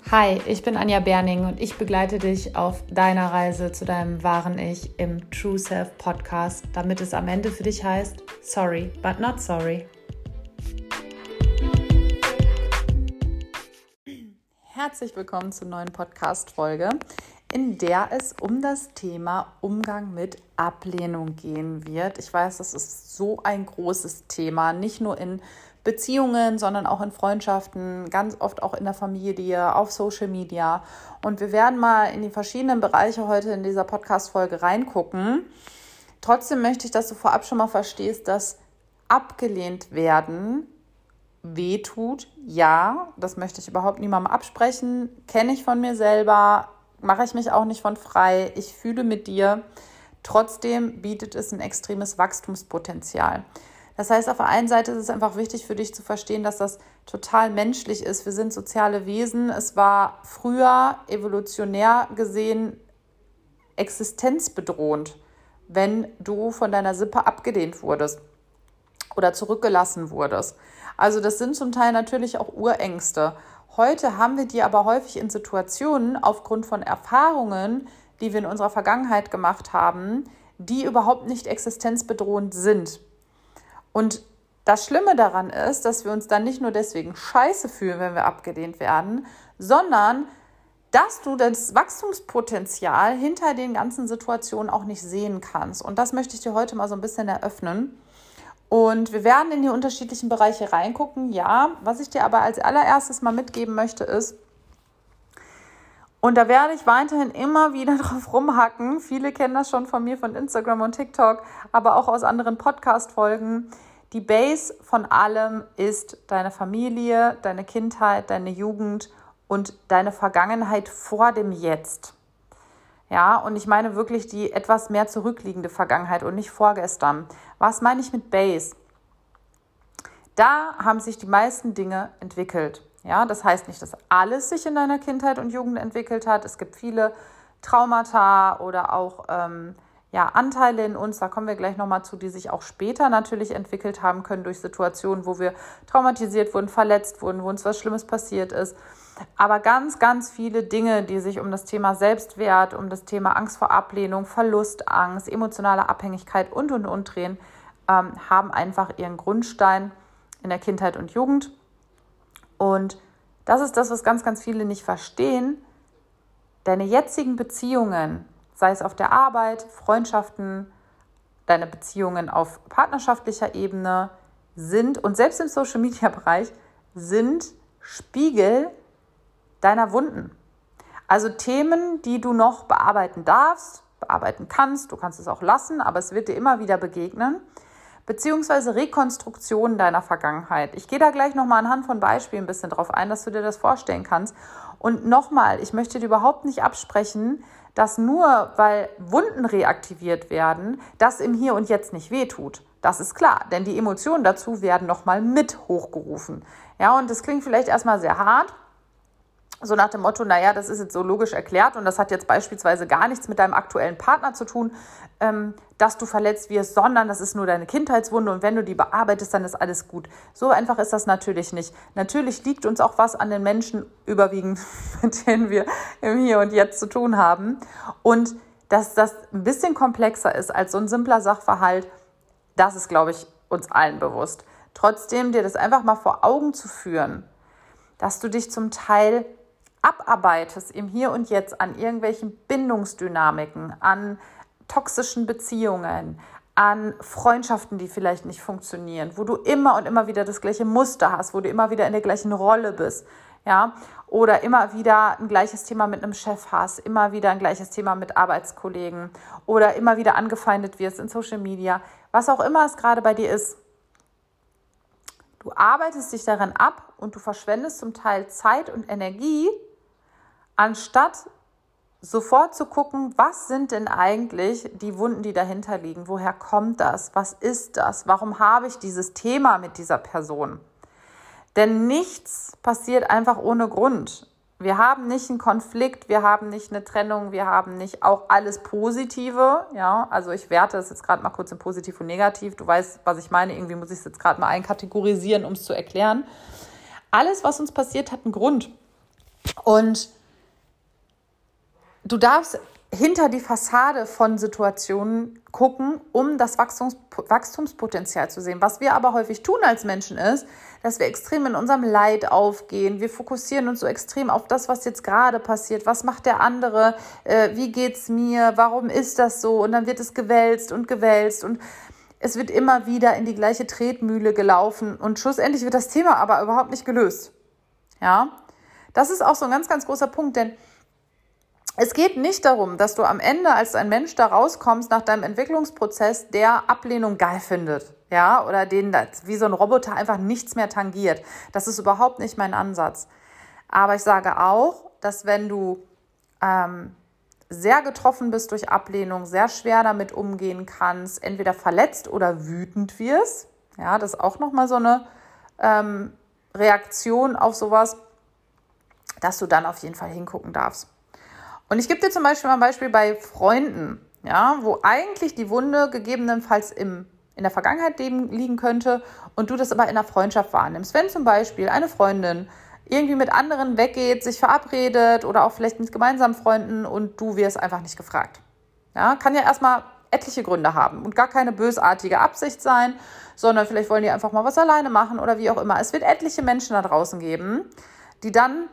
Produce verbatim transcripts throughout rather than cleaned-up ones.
Hi, ich bin Anja Berning und ich begleite dich auf deiner Reise zu deinem wahren Ich im True Self Podcast, damit es am Ende für dich heißt, sorry, but not sorry. Herzlich willkommen zur neuen Podcast-Folge, in der es um das Thema Umgang mit Ablehnung gehen wird. Ich weiß, das ist so ein großes Thema, nicht nur in Beziehungen, sondern auch in Freundschaften, ganz oft auch in der Familie, auf Social Media. Und wir werden mal in die verschiedenen Bereiche heute in dieser Podcast-Folge reingucken. Trotzdem möchte ich, dass du vorab schon mal verstehst, dass abgelehnt werden wehtut. Ja, das möchte ich überhaupt niemandem absprechen. Kenne ich von mir selber, mache ich mich auch nicht von frei. Ich fühle mit dir. Trotzdem bietet es ein extremes Wachstumspotenzial. Das heißt, auf der einen Seite ist es einfach wichtig für dich zu verstehen, dass das total menschlich ist. Wir sind soziale Wesen. Es war früher evolutionär gesehen existenzbedrohend, wenn du von deiner Sippe abgelehnt wurdest oder zurückgelassen wurdest. Also das sind zum Teil natürlich auch Urängste. Heute haben wir die aber häufig in Situationen aufgrund von Erfahrungen, die wir in unserer Vergangenheit gemacht haben, die überhaupt nicht existenzbedrohend sind. Und das Schlimme daran ist, dass wir uns dann nicht nur deswegen scheiße fühlen, wenn wir abgelehnt werden, sondern dass du das Wachstumspotenzial hinter den ganzen Situationen auch nicht sehen kannst. Und das möchte ich dir heute mal so ein bisschen eröffnen. Und wir werden in die unterschiedlichen Bereiche reingucken. Ja, was ich dir aber als allererstes mal mitgeben möchte ist, und da werde ich weiterhin immer wieder drauf rumhacken. Viele kennen das schon von mir, von Instagram und TikTok, aber auch aus anderen Podcast-Folgen. Die Base von allem ist deine Familie, deine Kindheit, deine Jugend und deine Vergangenheit vor dem Jetzt. Ja, und ich meine wirklich die etwas mehr zurückliegende Vergangenheit und nicht vorgestern. Was meine ich mit Base? Da haben sich die meisten Dinge entwickelt. Ja, das heißt nicht, dass alles sich in deiner Kindheit und Jugend entwickelt hat. Es gibt viele Traumata oder auch ähm, ja, Anteile in uns, da kommen wir gleich nochmal zu, die sich auch später natürlich entwickelt haben können durch Situationen, wo wir traumatisiert wurden, verletzt wurden, wo uns was Schlimmes passiert ist. Aber ganz, ganz viele Dinge, die sich um das Thema Selbstwert, um das Thema Angst vor Ablehnung, Verlustangst, emotionale Abhängigkeit und, und, und drehen, ähm, haben einfach ihren Grundstein in der Kindheit und Jugend. Und das ist das, was ganz, ganz viele nicht verstehen. Deine jetzigen Beziehungen, sei es auf der Arbeit, Freundschaften, deine Beziehungen auf partnerschaftlicher Ebene sind, und selbst im Social-Media-Bereich, sind Spiegel deiner Wunden. Also Themen, die du noch bearbeiten darfst, bearbeiten kannst, du kannst es auch lassen, aber es wird dir immer wieder begegnen, beziehungsweise Rekonstruktion deiner Vergangenheit. Ich gehe da gleich nochmal anhand von Beispielen ein bisschen drauf ein, dass du dir das vorstellen kannst. Und nochmal, ich möchte dir überhaupt nicht absprechen, dass nur weil Wunden reaktiviert werden, das im Hier und Jetzt nicht wehtut. Das ist klar, denn die Emotionen dazu werden nochmal mit hochgerufen. Ja, und das klingt vielleicht erstmal sehr hart, so nach dem Motto, naja, das ist jetzt so logisch erklärt und das hat jetzt beispielsweise gar nichts mit deinem aktuellen Partner zu tun, ähm, dass du verletzt wirst, sondern das ist nur deine Kindheitswunde und wenn du die bearbeitest, dann ist alles gut. So einfach ist das natürlich nicht. Natürlich liegt uns auch was an den Menschen überwiegend, mit denen wir im Hier und Jetzt zu tun haben. Und dass das ein bisschen komplexer ist als so ein simpler Sachverhalt, das ist, glaube ich, uns allen bewusst. Trotzdem dir das einfach mal vor Augen zu führen, dass du dich zum Teil abarbeitest im Hier und Jetzt an irgendwelchen Bindungsdynamiken, an toxischen Beziehungen, an Freundschaften, die vielleicht nicht funktionieren, wo du immer und immer wieder das gleiche Muster hast, wo du immer wieder in der gleichen Rolle bist, ja, oder immer wieder ein gleiches Thema mit einem Chef hast, immer wieder ein gleiches Thema mit Arbeitskollegen oder immer wieder angefeindet wirst in Social Media, was auch immer es gerade bei dir ist. Du arbeitest dich daran ab und du verschwendest zum Teil Zeit und Energie, anstatt sofort zu gucken, was sind denn eigentlich die Wunden, die dahinter liegen? Woher kommt das? Was ist das? Warum habe ich dieses Thema mit dieser Person? Denn nichts passiert einfach ohne Grund. Wir haben nicht einen Konflikt, wir haben nicht eine Trennung, wir haben nicht auch alles Positive. Ja, also ich werte das jetzt gerade mal kurz in positiv und negativ. Du weißt, was ich meine. Irgendwie muss ich es jetzt gerade mal einkategorisieren, um es zu erklären. Alles, was uns passiert, hat einen Grund. Und du darfst hinter die Fassade von Situationen gucken, um das Wachstums- Wachstumspotenzial zu sehen. Was wir aber häufig tun als Menschen ist, dass wir extrem in unserem Leid aufgehen. Wir fokussieren uns so extrem auf das, was jetzt gerade passiert. Was macht der andere? Äh, wie geht's mir? Warum ist das so? Und dann wird es gewälzt und gewälzt und es wird immer wieder in die gleiche Tretmühle gelaufen und schlussendlich wird das Thema aber überhaupt nicht gelöst. Ja, das ist auch so ein ganz, ganz großer Punkt, denn es geht nicht darum, dass du am Ende als ein Mensch da rauskommst nach deinem Entwicklungsprozess, der Ablehnung geil findet, ja, oder den das wie so ein Roboter einfach nichts mehr tangiert. Das ist überhaupt nicht mein Ansatz. Aber ich sage auch, dass wenn du ähm, sehr getroffen bist durch Ablehnung, sehr schwer damit umgehen kannst, entweder verletzt oder wütend wirst, ja, das ist auch nochmal so eine ähm, Reaktion auf sowas, dass du dann auf jeden Fall hingucken darfst. Und ich gebe dir zum Beispiel mal ein Beispiel bei Freunden, ja, wo eigentlich die Wunde gegebenenfalls im, in der Vergangenheit liegen könnte und du das aber in der Freundschaft wahrnimmst. Wenn zum Beispiel eine Freundin irgendwie mit anderen weggeht, sich verabredet oder auch vielleicht mit gemeinsamen Freunden und du wirst einfach nicht gefragt. Ja, kann ja erstmal etliche Gründe haben und gar keine bösartige Absicht sein, sondern vielleicht wollen die einfach mal was alleine machen oder wie auch immer. Es wird etliche Menschen da draußen geben, die dann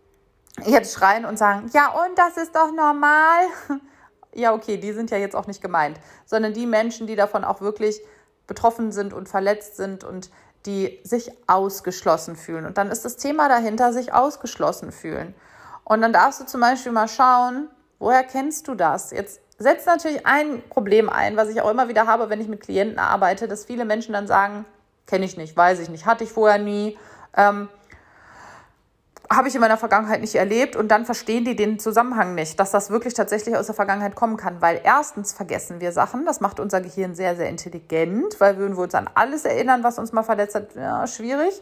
jetzt schreien und sagen, ja und, das ist doch normal. Ja, okay, die sind ja jetzt auch nicht gemeint, sondern die Menschen, die davon auch wirklich betroffen sind und verletzt sind und die sich ausgeschlossen fühlen. Und dann ist das Thema dahinter, sich ausgeschlossen fühlen. Und dann darfst du zum Beispiel mal schauen, woher kennst du das? Jetzt setzt natürlich ein Problem ein, was ich auch immer wieder habe, wenn ich mit Klienten arbeite, dass viele Menschen dann sagen, kenne ich nicht, weiß ich nicht, hatte ich vorher nie, ähm, habe ich in meiner Vergangenheit nicht erlebt und dann verstehen die den Zusammenhang nicht, dass das wirklich tatsächlich aus der Vergangenheit kommen kann, weil erstens vergessen wir Sachen, das macht unser Gehirn sehr, sehr intelligent, weil würden wir uns an alles erinnern, was uns mal verletzt hat, ja, schwierig.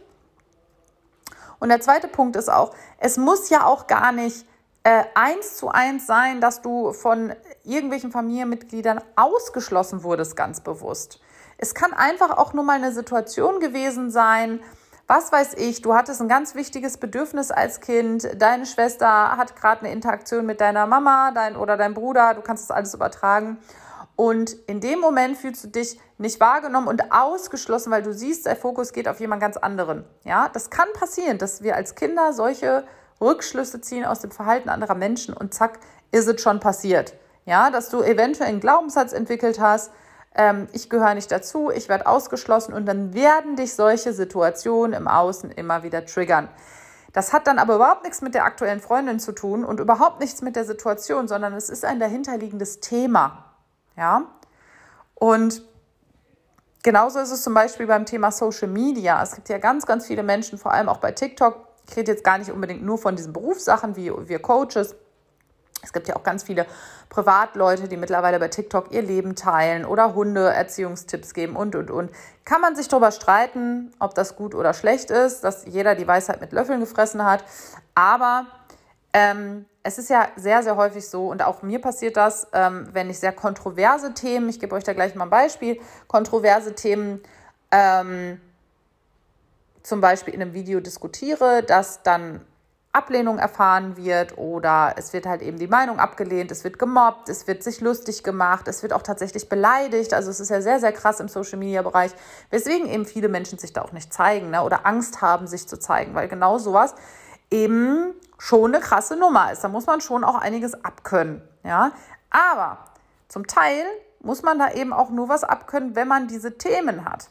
Und der zweite Punkt ist auch, es muss ja auch gar nicht äh, eins zu eins sein, dass du von irgendwelchen Familienmitgliedern ausgeschlossen wurdest, ganz bewusst. Es kann einfach auch nur mal eine Situation gewesen sein, was weiß ich, du hattest ein ganz wichtiges Bedürfnis als Kind, deine Schwester hat gerade eine Interaktion mit deiner Mama dein, oder deinem Bruder, du kannst das alles übertragen und in dem Moment fühlst du dich nicht wahrgenommen und ausgeschlossen, weil du siehst, der Fokus geht auf jemand ganz anderen. Ja, das kann passieren, dass wir als Kinder solche Rückschlüsse ziehen aus dem Verhalten anderer Menschen und zack, ist es schon passiert. Ja, dass du eventuell einen Glaubenssatz entwickelt hast, ich gehöre nicht dazu, ich werde ausgeschlossen und dann werden dich solche Situationen im Außen immer wieder triggern. Das hat dann aber überhaupt nichts mit der aktuellen Freundin zu tun und überhaupt nichts mit der Situation, sondern es ist ein dahinterliegendes Thema. Ja? Und genauso ist es zum Beispiel beim Thema Social Media. Es gibt ja ganz, ganz viele Menschen, vor allem auch bei TikTok. Ich rede jetzt gar nicht unbedingt nur von diesen Berufssachen wie wir Coaches. Es gibt ja auch ganz viele Privatleute, die mittlerweile bei TikTok ihr Leben teilen oder Hunde-Erziehungstipps geben und, und, und. Kann man sich darüber streiten, ob das gut oder schlecht ist, dass jeder die Weisheit mit Löffeln gefressen hat. Aber ähm, es ist ja sehr, sehr häufig so, und auch mir passiert das, ähm, wenn ich sehr kontroverse Themen, ich gebe euch da gleich mal ein Beispiel, kontroverse Themen ähm, zum Beispiel in einem Video diskutiere, dass dann Ablehnung erfahren wird oder es wird halt eben die Meinung abgelehnt, es wird gemobbt, es wird sich lustig gemacht, es wird auch tatsächlich beleidigt. Also es ist ja sehr, sehr krass im Social-Media-Bereich, weswegen eben viele Menschen sich da auch nicht zeigen, ne, oder Angst haben, sich zu zeigen, weil genau sowas eben schon eine krasse Nummer ist. Da muss man schon auch einiges abkönnen. Ja? Aber zum Teil muss man da eben auch nur was abkönnen, wenn man diese Themen hat.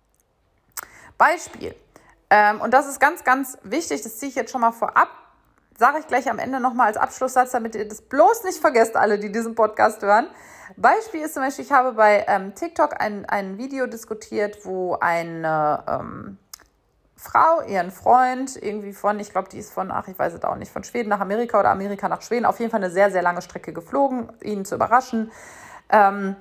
Beispiel. Ähm, und das ist ganz, ganz wichtig, das ziehe ich jetzt schon mal vorab, sage ich gleich am Ende nochmal als Abschlusssatz, damit ihr das bloß nicht vergesst, alle, die diesen Podcast hören. Beispiel ist zum Beispiel, ich habe bei ähm, TikTok ein, ein Video diskutiert, wo eine ähm, Frau, ihren Freund, irgendwie von, ich glaube, die ist von, ach, ich weiß es auch nicht, von Schweden nach Amerika oder Amerika nach Schweden, auf jeden Fall eine sehr, sehr lange Strecke geflogen, ihn zu überraschen. Ähm,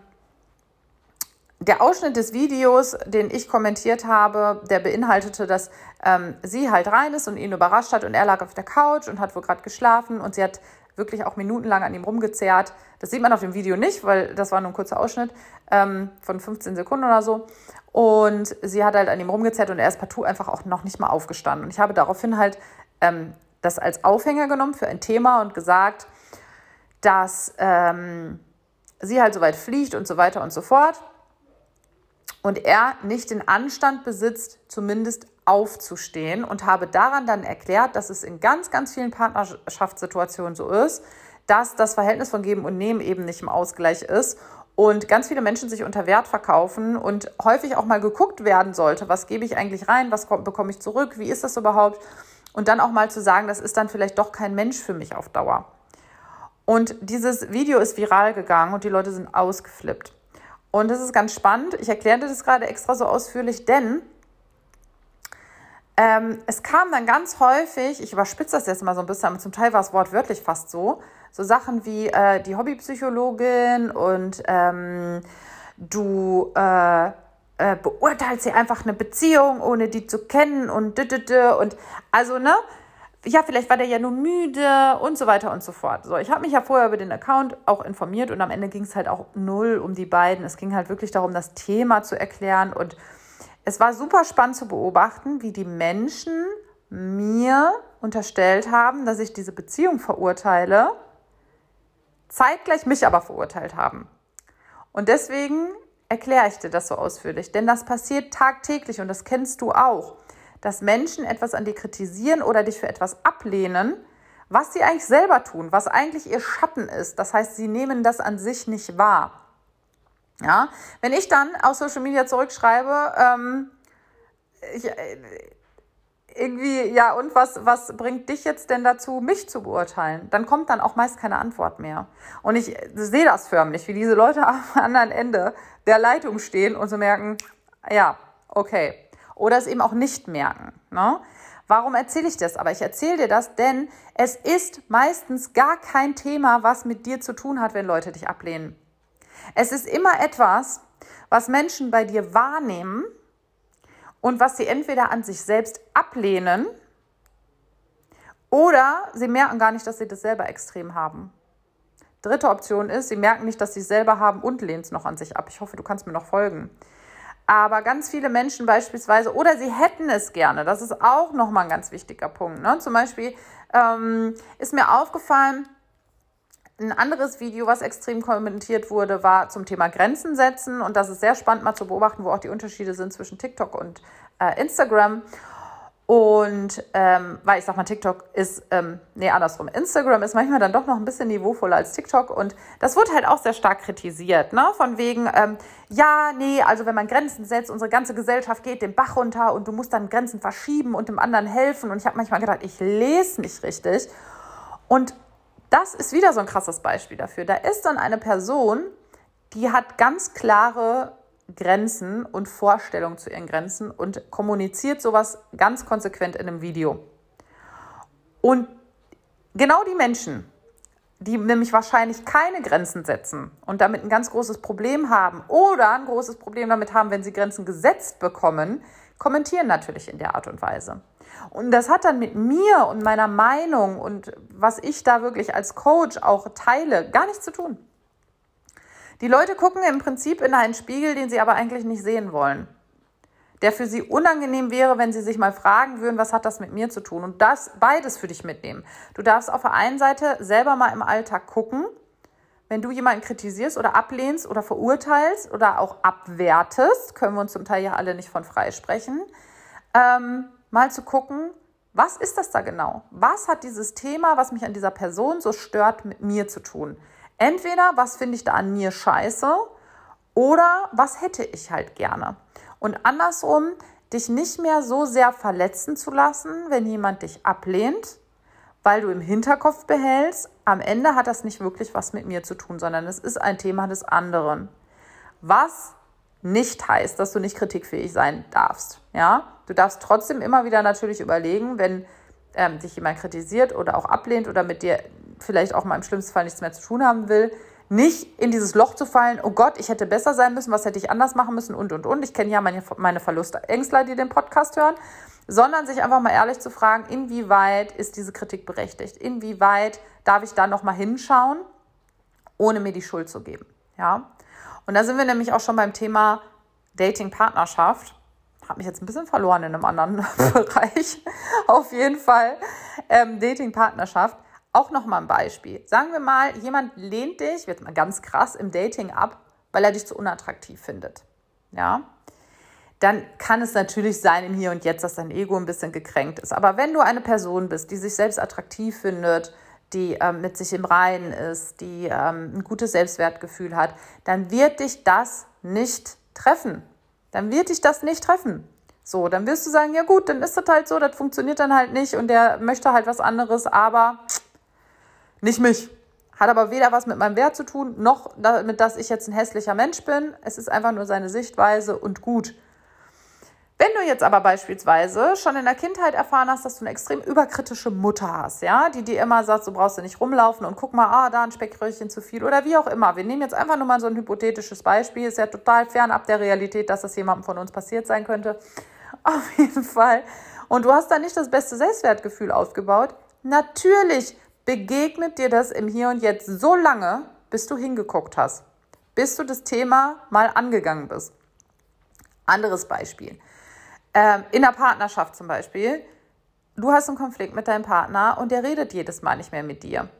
Der Ausschnitt des Videos, den ich kommentiert habe, der beinhaltete, dass ähm, sie halt rein ist und ihn überrascht hat und er lag auf der Couch und hat wohl gerade geschlafen und sie hat wirklich auch minutenlang an ihm rumgezerrt. Das sieht man auf dem Video nicht, weil das war nur ein kurzer Ausschnitt ähm, von fünfzehn Sekunden oder so. Und sie hat halt an ihm rumgezerrt und er ist partout einfach auch noch nicht mal aufgestanden. Und ich habe daraufhin halt ähm, das als Aufhänger genommen für ein Thema und gesagt, dass ähm, sie halt so weit fliegt und so weiter und so fort und er nicht den Anstand besitzt, zumindest aufzustehen, und habe daran dann erklärt, dass es in ganz, ganz vielen Partnerschaftssituationen so ist, dass das Verhältnis von Geben und Nehmen eben nicht im Ausgleich ist und ganz viele Menschen sich unter Wert verkaufen und häufig auch mal geguckt werden sollte, was gebe ich eigentlich rein, was bekomme ich zurück, wie ist das überhaupt, und dann auch mal zu sagen, das ist dann vielleicht doch kein Mensch für mich auf Dauer. Und dieses Video ist viral gegangen und die Leute sind ausgeflippt. Und das ist ganz spannend. Ich erkläre das gerade extra so ausführlich, denn ähm, es kam dann ganz häufig, ich überspitze das jetzt mal so ein bisschen, aber zum Teil war es wortwörtlich fast so, so Sachen wie äh, die Hobbypsychologin und ähm, du äh, äh, beurteilst sie einfach eine Beziehung, ohne die zu kennen und d -d -d und also, ne? Ja, vielleicht war der ja nur müde und so weiter und so fort. So, ich habe mich ja vorher über den Account auch informiert und am Ende ging es halt auch null um die beiden. Es ging halt wirklich darum, das Thema zu erklären, und es war super spannend zu beobachten, wie die Menschen mir unterstellt haben, dass ich diese Beziehung verurteile, zeitgleich mich aber verurteilt haben. Und deswegen erkläre ich dir das so ausführlich, denn das passiert tagtäglich und das kennst du auch, dass Menschen etwas an dir kritisieren oder dich für etwas ablehnen, was sie eigentlich selber tun, was eigentlich ihr Schatten ist. Das heißt, sie nehmen das an sich nicht wahr. Ja? Wenn ich dann auf Social Media zurückschreibe, ähm, ich, äh, irgendwie, ja, und was, was bringt dich jetzt denn dazu, mich zu beurteilen? Dann kommt dann auch meist keine Antwort mehr. Und ich sehe das förmlich, wie diese Leute am anderen Ende der Leitung stehen und so merken, ja, okay. Oder es eben auch nicht merken. Ne? Warum erzähle ich das? Aber ich erzähle dir das, denn es ist meistens gar kein Thema, was mit dir zu tun hat, wenn Leute dich ablehnen. Es ist immer etwas, was Menschen bei dir wahrnehmen und was sie entweder an sich selbst ablehnen oder sie merken gar nicht, dass sie das selber extrem haben. Dritte Option ist, sie merken nicht, dass sie es selber haben und lehnen es noch an sich ab. Ich hoffe, du kannst mir noch folgen. Aber ganz viele Menschen beispielsweise, oder sie hätten es gerne, das ist auch nochmal ein ganz wichtiger Punkt. Ne? Zum Beispiel ähm, ist mir aufgefallen, ein anderes Video, was extrem kommentiert wurde, war zum Thema Grenzen setzen. Und das ist sehr spannend mal zu beobachten, wo auch die Unterschiede sind zwischen TikTok und äh, Instagram. Und ähm, weil ich sag mal, TikTok ist, ähm, nee, andersrum, Instagram ist manchmal dann doch noch ein bisschen niveauvoller als TikTok, und das wird halt auch sehr stark kritisiert, ne? Von wegen, ähm, ja, nee, also wenn man Grenzen setzt, unsere ganze Gesellschaft geht den Bach runter und du musst dann Grenzen verschieben und dem anderen helfen, und ich habe manchmal gedacht, ich lese nicht richtig, und das ist wieder so ein krasses Beispiel dafür. Da ist dann eine Person, die hat ganz klare Grenzen und Vorstellungen zu ihren Grenzen und kommuniziert sowas ganz konsequent in einem Video. Und genau die Menschen, die nämlich wahrscheinlich keine Grenzen setzen und damit ein ganz großes Problem haben oder ein großes Problem damit haben, wenn sie Grenzen gesetzt bekommen, kommentieren natürlich in der Art und Weise. Und das hat dann mit mir und meiner Meinung und was ich da wirklich als Coach auch teile, gar nichts zu tun. Die Leute gucken im Prinzip in einen Spiegel, den sie aber eigentlich nicht sehen wollen. Der für sie unangenehm wäre, wenn sie sich mal fragen würden, was hat das mit mir zu tun? Und das beides für dich mitnehmen. Du darfst auf der einen Seite selber mal im Alltag gucken, wenn du jemanden kritisierst oder ablehnst oder verurteilst oder auch abwertest, können wir uns zum Teil ja alle nicht von frei sprechen, ähm, mal zu gucken, was ist das da genau? Was hat dieses Thema, was mich an dieser Person so stört, mit mir zu tun? Entweder, was finde ich da an mir scheiße, oder was hätte ich halt gerne? Und andersrum, dich nicht mehr so sehr verletzen zu lassen, wenn jemand dich ablehnt, weil du im Hinterkopf behältst, am Ende hat das nicht wirklich was mit mir zu tun, sondern es ist ein Thema des anderen. Was nicht heißt, dass du nicht kritikfähig sein darfst. Ja? Du darfst trotzdem immer wieder natürlich überlegen, wenn ähm, dich jemand kritisiert oder auch ablehnt oder mit dir vielleicht auch mal im schlimmsten Fall nichts mehr zu tun haben will, nicht in dieses Loch zu fallen, oh Gott, ich hätte besser sein müssen, was hätte ich anders machen müssen und, und, und. Ich kenne ja meine, meine Verlustängstler, die den Podcast hören, sondern sich einfach mal ehrlich zu fragen, inwieweit ist diese Kritik berechtigt? Inwieweit darf ich da nochmal hinschauen, ohne mir die Schuld zu geben? Ja? Und da sind wir nämlich auch schon beim Thema Dating-Partnerschaft. Habe mich jetzt ein bisschen verloren in einem anderen Bereich. Auf jeden Fall ähm, Dating-Partnerschaft. Auch nochmal ein Beispiel. Sagen wir mal, jemand lehnt dich, jetzt mal ganz krass, im Dating ab, weil er dich zu unattraktiv findet. Ja, dann kann es natürlich sein im Hier und Jetzt, dass dein Ego ein bisschen gekränkt ist. Aber wenn du eine Person bist, die sich selbst attraktiv findet, die ähm, mit sich im Reinen ist, die ähm, ein gutes Selbstwertgefühl hat, dann wird dich das nicht treffen. Dann wird dich das nicht treffen. So, dann wirst du sagen, ja gut, dann ist das halt so, das funktioniert dann halt nicht und der möchte halt was anderes, aber nicht mich. Hat aber weder was mit meinem Wert zu tun, noch damit, dass ich jetzt ein hässlicher Mensch bin. Es ist einfach nur seine Sichtweise und gut. Wenn du jetzt aber beispielsweise schon in der Kindheit erfahren hast, dass du eine extrem überkritische Mutter hast, ja, die dir immer sagt, so brauchst du nicht rumlaufen und guck mal, ah, da ein Speckröllchen zu viel oder wie auch immer. Wir nehmen jetzt einfach nur mal so ein hypothetisches Beispiel. Ist ja total fernab der Realität, dass das jemandem von uns passiert sein könnte. Auf jeden Fall. Und du hast da nicht das beste Selbstwertgefühl aufgebaut. Natürlich begegnet dir das im Hier und Jetzt so lange, bis du hingeguckt hast, bis du das Thema mal angegangen bist. Anderes Beispiel. Ähm, in der Partnerschaft zum Beispiel. Du hast einen Konflikt mit deinem Partner und der redet jedes Mal nicht mehr mit dir.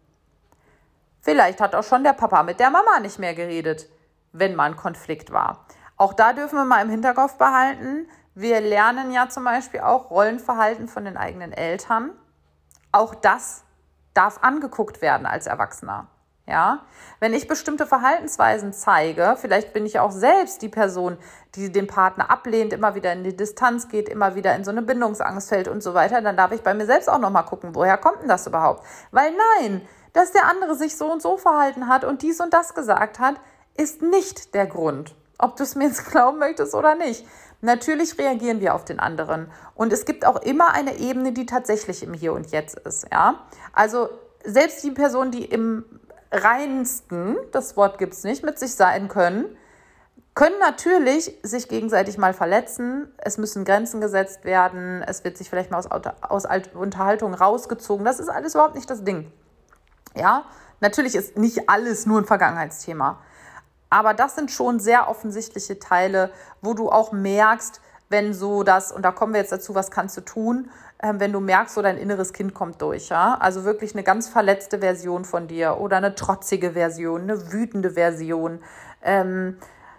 Vielleicht hat auch schon der Papa mit der Mama nicht mehr geredet, wenn mal ein Konflikt war. Auch da dürfen wir mal im Hinterkopf behalten, wir lernen ja zum Beispiel auch Rollenverhalten von den eigenen Eltern. Auch das darf angeguckt werden als Erwachsener. Ja? Wenn ich bestimmte Verhaltensweisen zeige, vielleicht bin ich auch selbst die Person, die den Partner ablehnt, immer wieder in die Distanz geht, immer wieder in so eine Bindungsangst fällt und so weiter, dann darf ich bei mir selbst auch nochmal gucken, woher kommt denn das überhaupt? Weil nein, dass der andere sich so und so verhalten hat und dies und das gesagt hat, ist nicht der Grund, ob du es mir jetzt glauben möchtest oder nicht. Natürlich reagieren wir auf den anderen und es gibt auch immer eine Ebene, die tatsächlich im Hier und Jetzt ist. Ja? Also selbst die Person, die im reinsten, das Wort gibt es nicht, mit sich sein können, können natürlich sich gegenseitig mal verletzen. Es müssen Grenzen gesetzt werden, es wird sich vielleicht mal aus, aus Unterhaltung rausgezogen. Das ist alles überhaupt nicht das Ding. Ja? Natürlich ist nicht alles nur ein Vergangenheitsthema. Aber das sind schon sehr offensichtliche Teile, wo du auch merkst, wenn so das, und da kommen wir jetzt dazu, was kannst du tun, äh, wenn du merkst, so dein inneres Kind kommt durch. Ja? Also wirklich eine ganz verletzte Version von dir oder eine trotzige Version, eine wütende Version, ähm,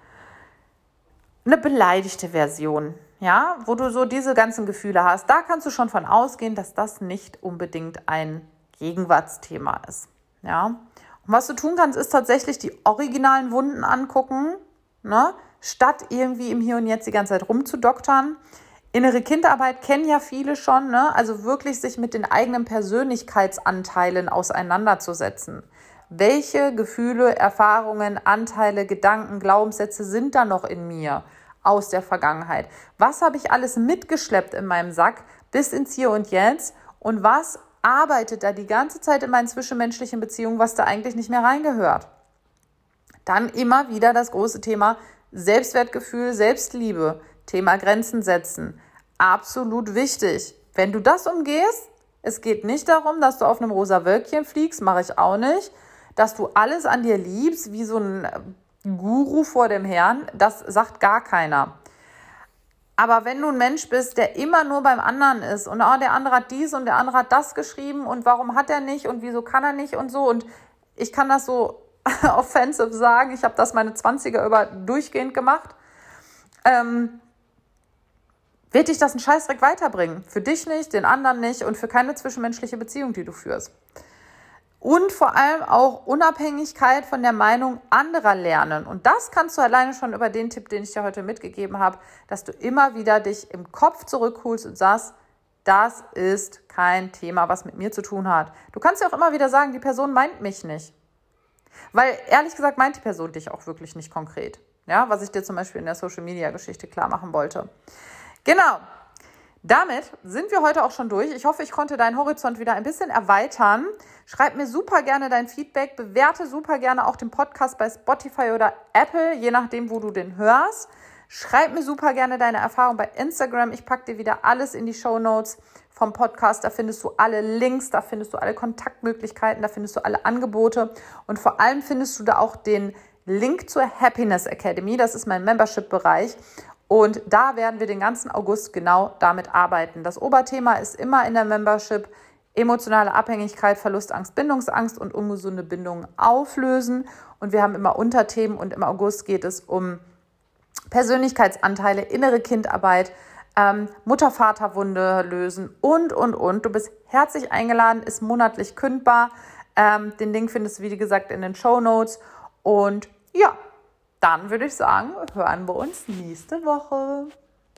eine beleidigte Version, ja? Wo du so diese ganzen Gefühle hast. Da kannst du schon von ausgehen, dass das nicht unbedingt ein Gegenwartsthema ist. Ja? Und was du tun kannst, ist tatsächlich die originalen Wunden angucken, ne? Statt irgendwie im Hier und Jetzt die ganze Zeit rumzudoktern. Innere Kindarbeit kennen ja viele schon, ne? Also wirklich sich mit den eigenen Persönlichkeitsanteilen auseinanderzusetzen. Welche Gefühle, Erfahrungen, Anteile, Gedanken, Glaubenssätze sind da noch in mir aus der Vergangenheit? Was habe ich alles mitgeschleppt in meinem Sack bis ins Hier und Jetzt? Und was arbeitet da die ganze Zeit in meinen zwischenmenschlichen Beziehungen, was da eigentlich nicht mehr reingehört? Dann immer wieder das große Thema Selbstwertgefühl, Selbstliebe, Thema Grenzen setzen. Absolut wichtig. Wenn du das umgehst, es geht nicht darum, dass du auf einem rosa Wölkchen fliegst, mache ich auch nicht, dass du alles an dir liebst, wie so ein Guru vor dem Herrn, das sagt gar keiner. Aber wenn du ein Mensch bist, der immer nur beim anderen ist und oh, der andere hat dies und der andere hat das geschrieben und warum hat er nicht und wieso kann er nicht und so, und ich kann das so offensive sagen, ich habe das meine zwanziger über durchgehend gemacht, ähm, wird dich das einen Scheißdreck weiterbringen. Für dich nicht, den anderen nicht und für keine zwischenmenschliche Beziehung, die du führst. Und vor allem auch Unabhängigkeit von der Meinung anderer lernen. Und das kannst du alleine schon über den Tipp, den ich dir heute mitgegeben habe, dass du immer wieder dich im Kopf zurückholst und sagst, das ist kein Thema, was mit mir zu tun hat. Du kannst ja auch immer wieder sagen, die Person meint mich nicht. Weil ehrlich gesagt meint die Person dich auch wirklich nicht konkret. Ja, was ich dir zum Beispiel in der Social-Media-Geschichte klar machen wollte. Genau. Damit sind wir heute auch schon durch. Ich hoffe, ich konnte deinen Horizont wieder ein bisschen erweitern. Schreib mir super gerne dein Feedback. Bewerte super gerne auch den Podcast bei Spotify oder Apple, je nachdem, wo du den hörst. Schreib mir super gerne deine Erfahrung bei Instagram. Ich packe dir wieder alles in die Shownotes vom Podcast. Da findest du alle Links, da findest du alle Kontaktmöglichkeiten, da findest du alle Angebote. Und vor allem findest du da auch den Link zur Happiness Academy. Das ist mein Membership-Bereich. Und da werden wir den ganzen August genau damit arbeiten. Das Oberthema ist immer in der Membership emotionale Abhängigkeit, Verlustangst, Bindungsangst und ungesunde Bindungen auflösen. Und wir haben immer Unterthemen und im August geht es um Persönlichkeitsanteile, innere Kindarbeit, ähm, Mutter-Vater-Wunde lösen und, und, und. Du bist herzlich eingeladen, ist monatlich kündbar. Ähm, den Link findest du, wie gesagt, in den Shownotes. Und ja, dann würde ich sagen, hören wir uns nächste Woche.